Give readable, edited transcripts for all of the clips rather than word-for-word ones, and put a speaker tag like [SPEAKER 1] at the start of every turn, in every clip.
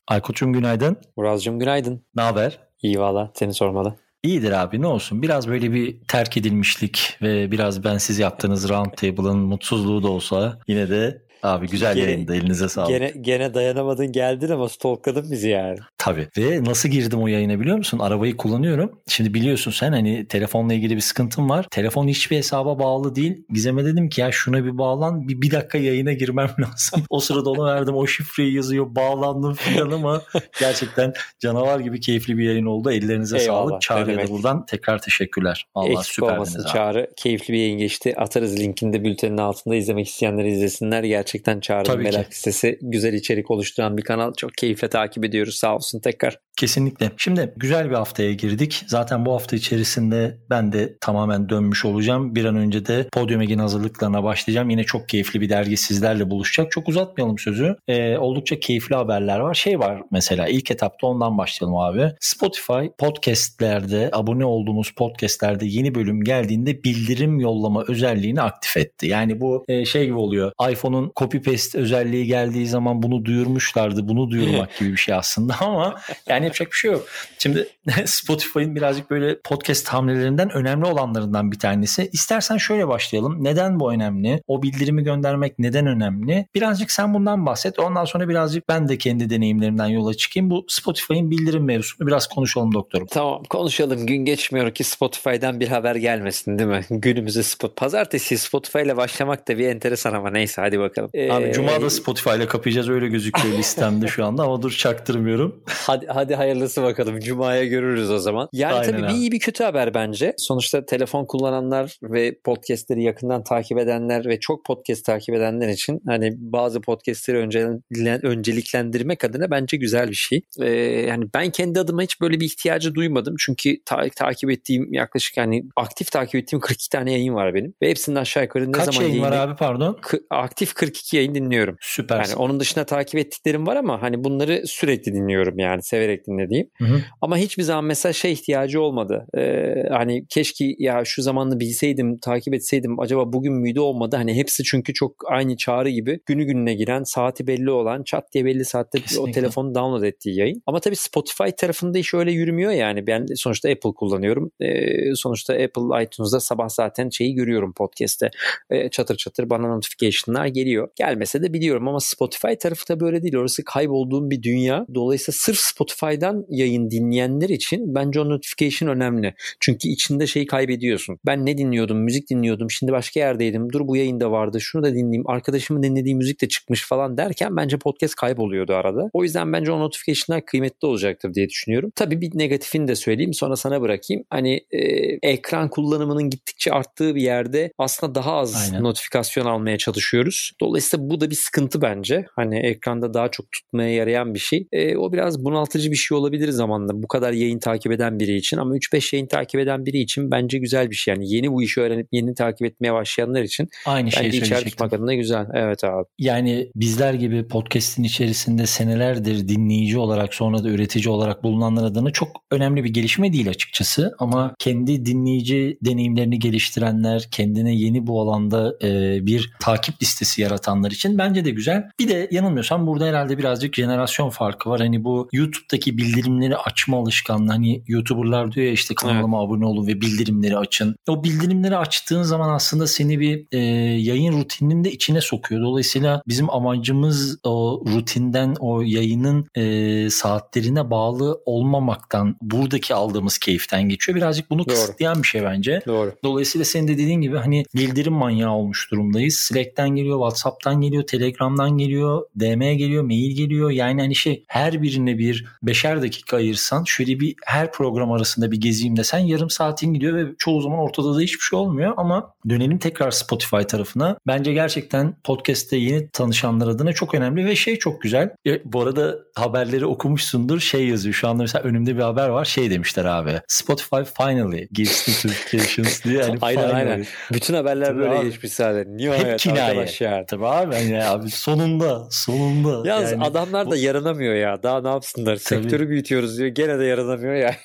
[SPEAKER 1] Aykut'cum günaydın.
[SPEAKER 2] Murazcığım günaydın.
[SPEAKER 1] Ne haber?
[SPEAKER 2] İyi valla, seni sormalı.
[SPEAKER 1] İyidir abi, ne olsun. Biraz böyle bir terk edilmişlik ve biraz bensiz yaptığınız round table'ın mutsuzluğu da olsa yine de abi güzel yayında, elinize sağlık.
[SPEAKER 2] Gene dayanamadın geldin ama stalkladın bizi yani.
[SPEAKER 1] Tabii. Ve nasıl girdim o yayına biliyor musun? Arabayı kullanıyorum. Şimdi biliyorsun sen hani telefonla ilgili bir sıkıntım var. Telefon hiçbir hesaba bağlı değil. Gizem'e dedim ki ya şuna bir bağlan. Bir dakika yayına girmem lazım. O sırada ona verdim. O şifreyi yazıyor. Bağlandım filan ama gerçekten canavar gibi keyifli bir yayın oldu. Ellerinize
[SPEAKER 2] Eyvallah,
[SPEAKER 1] sağlık. Çağrı'ya da buradan tekrar teşekkürler. Vallahi
[SPEAKER 2] eksik
[SPEAKER 1] süperdiniz
[SPEAKER 2] olmasın
[SPEAKER 1] abi.
[SPEAKER 2] Çağrı. Keyifli bir yayın geçti. Atarız linkini de bültenin altında, izlemek isteyenler izlesinler. Gerçekten Çağrı'nın merak listesi, güzel içerik oluşturan bir kanal. Çok keyifle takip ediyoruz. Sağ olsun tekrar.
[SPEAKER 1] Kesinlikle. Şimdi güzel bir haftaya girdik. Zaten bu hafta içerisinde ben de tamamen dönmüş olacağım. Bir an önce de Podium Ege'nin hazırlıklarına başlayacağım. Yine çok keyifli bir dergi sizlerle buluşacak. Çok uzatmayalım sözü. Oldukça keyifli haberler var. Şey var mesela, ilk etapta ondan başlayalım abi. Spotify podcastlerde, abone olduğumuz podcastlerde yeni bölüm geldiğinde bildirim yollama özelliğini aktif etti. Yani bu şey gibi oluyor. iPhone'un copy paste özelliği geldiği zaman bunu duyurmuşlardı. Bunu duyurmak gibi bir şey aslında ama yani yapacak bir şey yok. Şimdi Spotify'ın birazcık böyle podcast hamlelerinden önemli olanlarından bir tanesi. İstersen şöyle başlayalım. Neden bu önemli? O bildirimi göndermek neden önemli? Birazcık sen bundan bahset. Ondan sonra birazcık ben de kendi deneyimlerimden yola çıkayım. Bu Spotify'ın bildirim mevzusunu biraz konuşalım doktorum.
[SPEAKER 2] Tamam, konuşalım. Gün geçmiyor ki Spotify'dan bir haber gelmesin, değil mi? Günümüzde pazartesi Spotify ile başlamak da bir enteresan ama neyse, hadi bakalım.
[SPEAKER 1] Abi Cuma'da Spotify ile kapayacağız, öyle gözüküyor listemde şu anda ama dur çaktırmıyorum.
[SPEAKER 2] Hadi hayırlısı bakalım. Cuma'ya görürüz o zaman. Yani aynen, tabii bir iyi bir kötü haber bence. Sonuçta telefon kullananlar ve podcastleri yakından takip edenler ve çok podcast takip edenler için hani bazı podcastleri önceliklendirmek adına bence güzel bir şey. Yani ben kendi adıma hiç böyle bir ihtiyacı duymadım. Çünkü takip ettiğim yaklaşık, yani aktif takip ettiğim 42 tane yayın var benim. Ve hepsinin aşağı yukarı
[SPEAKER 1] kaç zaman yayın var abi, pardon?
[SPEAKER 2] Aktif 42 yayın dinliyorum.
[SPEAKER 1] Süper.
[SPEAKER 2] Yani onun dışında takip ettiklerim var ama hani bunları sürekli dinliyorum, yani severek dinlediğim.
[SPEAKER 1] Hı.
[SPEAKER 2] Ama hiçbir zaman mesela ihtiyacı olmadı. Hani keşke ya şu zamanını bilseydim, takip etseydim, acaba bugün müydü, olmadı. Hani hepsi çünkü çok aynı Çağrı gibi günü gününe giren, saati belli olan, çat diye belli saatte o telefonu download ettiği yayın. Ama tabii Spotify tarafında iş öyle yürümüyor yani. Ben sonuçta Apple kullanıyorum. Sonuçta Apple iTunes'da sabah zaten görüyorum podcast'te. Çatır çatır bana notification'lar geliyor. Gelmese de biliyorum ama Spotify tarafı da böyle değil. Orası kaybolduğum bir dünya. Dolayısıyla sırf Spotify'dan yayın dinleyenler için bence o notification önemli. Çünkü içinde kaybediyorsun. Ben ne dinliyordum? Müzik dinliyordum. Şimdi başka yerdeydim. Dur, bu yayında vardı. Şunu da dinleyeyim. Arkadaşımın dinlediği müzik de çıkmış falan derken bence podcast kayboluyordu arada. O yüzden bence o notification'lar kıymetli olacaktır diye düşünüyorum. Tabii bir negatifini de söyleyeyim, sonra sana bırakayım. Hani ekran kullanımının gittikçe arttığı bir yerde aslında daha az notifikasyon almaya çalışıyoruz. Dolayısıyla bu da bir sıkıntı bence. Hani ekranda daha çok tutmaya yarayan bir şey. O biraz bunaltıcı bir şey olabilir zamanla. Bu kadar yayın takip eden biri için, ama 3-5 yayın takip eden biri için bence güzel bir şey. Yani yeni bu işi öğrenip yeni takip etmeye başlayanlar için
[SPEAKER 1] aynı şeyi
[SPEAKER 2] bence içerik tutmak adına güzel. Evet abi.
[SPEAKER 1] Yani bizler gibi podcast'in içerisinde senelerdir dinleyici olarak, sonra da üretici olarak bulunanlar adına çok önemli bir gelişme değil açıkçası. Ama kendi dinleyici deneyimlerini geliştirenler, kendine yeni bu alanda bir takip listesi yaratanlar için bence de güzel. Bir de yanılmıyorsam burada herhalde birazcık jenerasyon farkı var. Hani bu YouTube'daki bildirimleri açma alışkanlığı, hani YouTuber'lar diyor ya işte kanalıma abone olun ve bildirimleri açın. O bildirimleri açtığın zaman aslında seni bir yayın rutininin de içine sokuyor. Dolayısıyla bizim amacımız o rutinden, o yayının saatlerine bağlı olmamaktan, buradaki aldığımız keyiften geçiyor. Birazcık bunu kısıtlayan bir şey bence.
[SPEAKER 2] Doğru.
[SPEAKER 1] Dolayısıyla senin de dediğin gibi hani bildirim manyağı olmuş durumdayız. Slack'ten geliyor, WhatsApp'tan geliyor, Telegram'dan geliyor, DM geliyor, mail geliyor. Yani hani her birine bir 5'er dakika ayırsan, şöyle bir her program arasında bir gezeyim desen yarım saatin gidiyor ve çoğu zaman ortada da hiçbir şey olmuyor. Ama dönelim tekrar Spotify tarafına. Bence gerçekten podcast'te yeni tanışanlar adına çok önemli ve çok güzel. Bu arada haberleri okumuşsundur. Yazıyor. Şu anda mesela önümde bir haber var. Demişler abi. Spotify finally gives notifications diye. Yani
[SPEAKER 2] aynen. Bütün haberler
[SPEAKER 1] tabii
[SPEAKER 2] böyle
[SPEAKER 1] abi.
[SPEAKER 2] geçmiş zaten.
[SPEAKER 1] Hep kinaye. Tabii abi. Yani abi sonunda.
[SPEAKER 2] Yalnız
[SPEAKER 1] yani,
[SPEAKER 2] adamlar da yaranamıyor ya. Daha ne yapsın? yapsınlar?
[SPEAKER 1] Tabii.
[SPEAKER 2] Sektörü büyütüyoruz diyor. Gene de yaranamıyor ya.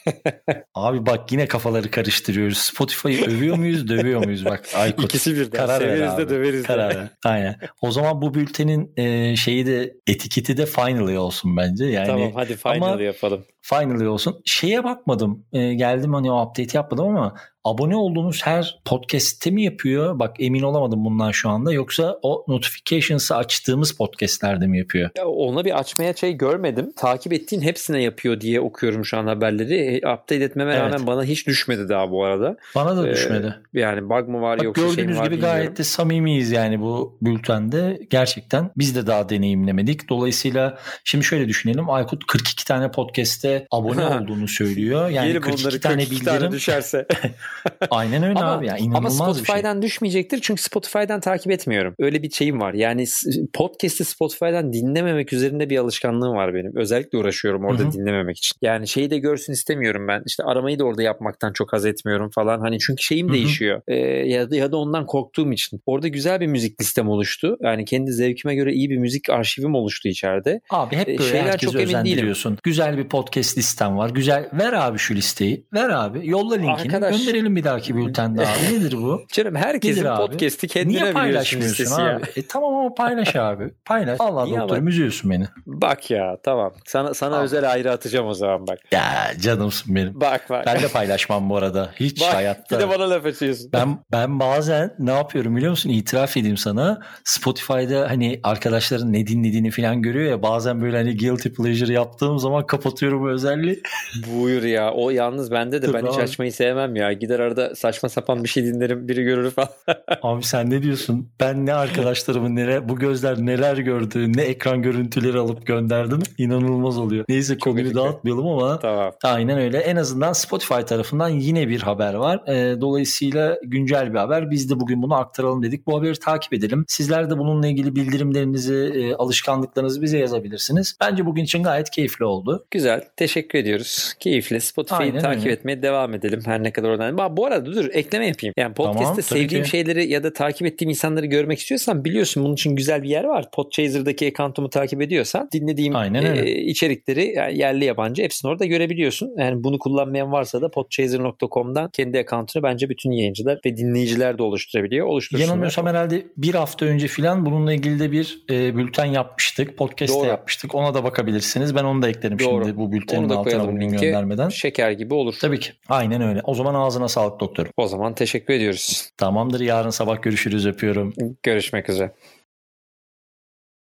[SPEAKER 1] Abi bak yine kafaları karıştırıyoruz. Spotify'ı övüyor muyuz, dövüyor muyuz? Bak Aykut.
[SPEAKER 2] İkisi birden.
[SPEAKER 1] Karar ver
[SPEAKER 2] Severiz
[SPEAKER 1] abi.
[SPEAKER 2] de döveriz
[SPEAKER 1] Karar
[SPEAKER 2] de.
[SPEAKER 1] ver. Aynen. O zaman bu bültenin şeyi de etiketi de finally olsun bence. Yani
[SPEAKER 2] Tamam hadi final yapalım.
[SPEAKER 1] Finally olsun. Şeye bakmadım. Geldim hani o update yapmadım ama abone olduğunuz her podcast'te mi yapıyor? Bak emin olamadım bundan şu anda. Yoksa o notifications'ı açtığımız podcast'lerde mi yapıyor?
[SPEAKER 2] Ya ona bir açmaya görmedim. Takip ettiğin hepsine yapıyor diye okuyorum şu an haberleri. Update etmeme rağmen bana hiç düşmedi daha bu arada.
[SPEAKER 1] Bana da düşmedi.
[SPEAKER 2] Yani bug mı var
[SPEAKER 1] bak,
[SPEAKER 2] yoksa şey mi var
[SPEAKER 1] gördüğünüz gibi
[SPEAKER 2] bilmiyorum.
[SPEAKER 1] gayet de samimiyiz yani bu bültende. Gerçekten biz de daha deneyimlemedik. Dolayısıyla şimdi şöyle düşünelim. Aykut 42 tane podcast'te abone olduğunu söylüyor. Yani
[SPEAKER 2] Yerim
[SPEAKER 1] 42 tane bildirim.
[SPEAKER 2] tane düşerse.
[SPEAKER 1] Aynen öyle abi. Yani inanılmaz
[SPEAKER 2] ama
[SPEAKER 1] bir şey.
[SPEAKER 2] Spotify'dan düşmeyecektir çünkü Spotify'dan takip etmiyorum. Öyle bir şeyim var. Yani podcast'i Spotify'dan dinlememek üzerinde bir alışkanlığım var benim. Özellikle uğraşıyorum orada dinlememek için. Yani şeyi de görsün istemiyorum ben. İşte aramayı da orada yapmaktan çok haz etmiyorum falan. Hani çünkü şeyim değişiyor. Ya da ondan korktuğum için. Orada güzel bir müzik listem oluştu. Yani kendi zevkime göre iyi bir müzik arşivim oluştu içeride.
[SPEAKER 1] Abi hep böyle
[SPEAKER 2] şeyler
[SPEAKER 1] herkesi
[SPEAKER 2] çok emin değilim.
[SPEAKER 1] Güzel bir podcast listem var. Güzel. Ver abi şu listeyi. Ver abi. Yolla linkini. Gönderelim bir dahaki bültende abi. Nedir bu?
[SPEAKER 2] Canım herkesin podcast'i kendine
[SPEAKER 1] Niye
[SPEAKER 2] paylaşmıyorsun
[SPEAKER 1] paylaşmıyorsun abi? Tamam ama paylaş abi. Paylaş. Allah doktorum üzüyorsun beni.
[SPEAKER 2] Bak ya tamam. Sana özel ayrı atacağım o zaman bak.
[SPEAKER 1] Ya canımsın benim.
[SPEAKER 2] Bak.
[SPEAKER 1] Ben de paylaşmam bu arada. Hiç
[SPEAKER 2] bak,
[SPEAKER 1] hayatta.
[SPEAKER 2] Bir de bana laf açıyorsun.
[SPEAKER 1] Ben bazen ne yapıyorum biliyor musun? İtiraf edeyim sana. Spotify'da hani arkadaşların ne dinlediğini falan görüyor ya. Bazen böyle hani guilty pleasure yaptığım zaman kapatıyorum bu özelliği.
[SPEAKER 2] Buyur ya. O yalnız bende de ben hiç açmayı sevmem ya. Gider arada saçma sapan bir şey dinlerim. Biri görür falan.
[SPEAKER 1] Abi sen ne diyorsun? Ben ne arkadaşlarımın bu gözler neler gördü, ne ekran görüntüleri alıp gönderdim. İnanılmaz oluyor. Neyse konuyu dağıtmayalım ama
[SPEAKER 2] tamam.
[SPEAKER 1] Aynen öyle. En azından Spotify tarafından yine bir haber var. Dolayısıyla güncel bir haber. Biz de bugün bunu aktaralım dedik. Bu haberi takip edelim. Sizler de bununla ilgili bildirimlerinizi, alışkanlıklarınızı bize yazabilirsiniz. Bence bugün için gayet keyifli oldu.
[SPEAKER 2] Güzel. Teşekkür ediyoruz. Keyifli. Spotify'ı takip etmeye devam edelim. Her ne kadar oradan. Bu arada dur ekleme yapayım. Yani podcast'te sevdiğim şeyleri ya da takip ettiğim insanları görmek istiyorsan biliyorsun bunun için güzel bir yer var. Podchaser'daki account'umu takip ediyorsan dinlediğim içerikleri yani yerli yabancı hepsini orada görebiliyorsun. Yani bunu kullanmayan varsa da podchaser.com'dan kendi account'unu bence bütün yayıncılar ve dinleyiciler de oluşturabiliyor.
[SPEAKER 1] Yanılmıyorsam herhalde bir hafta önce falan bununla ilgili de bir bülten yapmıştık. Podcast'te yapmıştık. Ona da bakabilirsiniz. Ben onu da eklerim şimdi bu bültenin altına bugün göndermeden.
[SPEAKER 2] Şeker gibi olur.
[SPEAKER 1] Tabii ki. Aynen öyle. O zaman ağzına sağlık doktorum.
[SPEAKER 2] O zaman teşekkür ediyoruz.
[SPEAKER 1] Tamamdır. Yarın sabah görüşürüz. Öpüyorum.
[SPEAKER 2] Görüşmek üzere.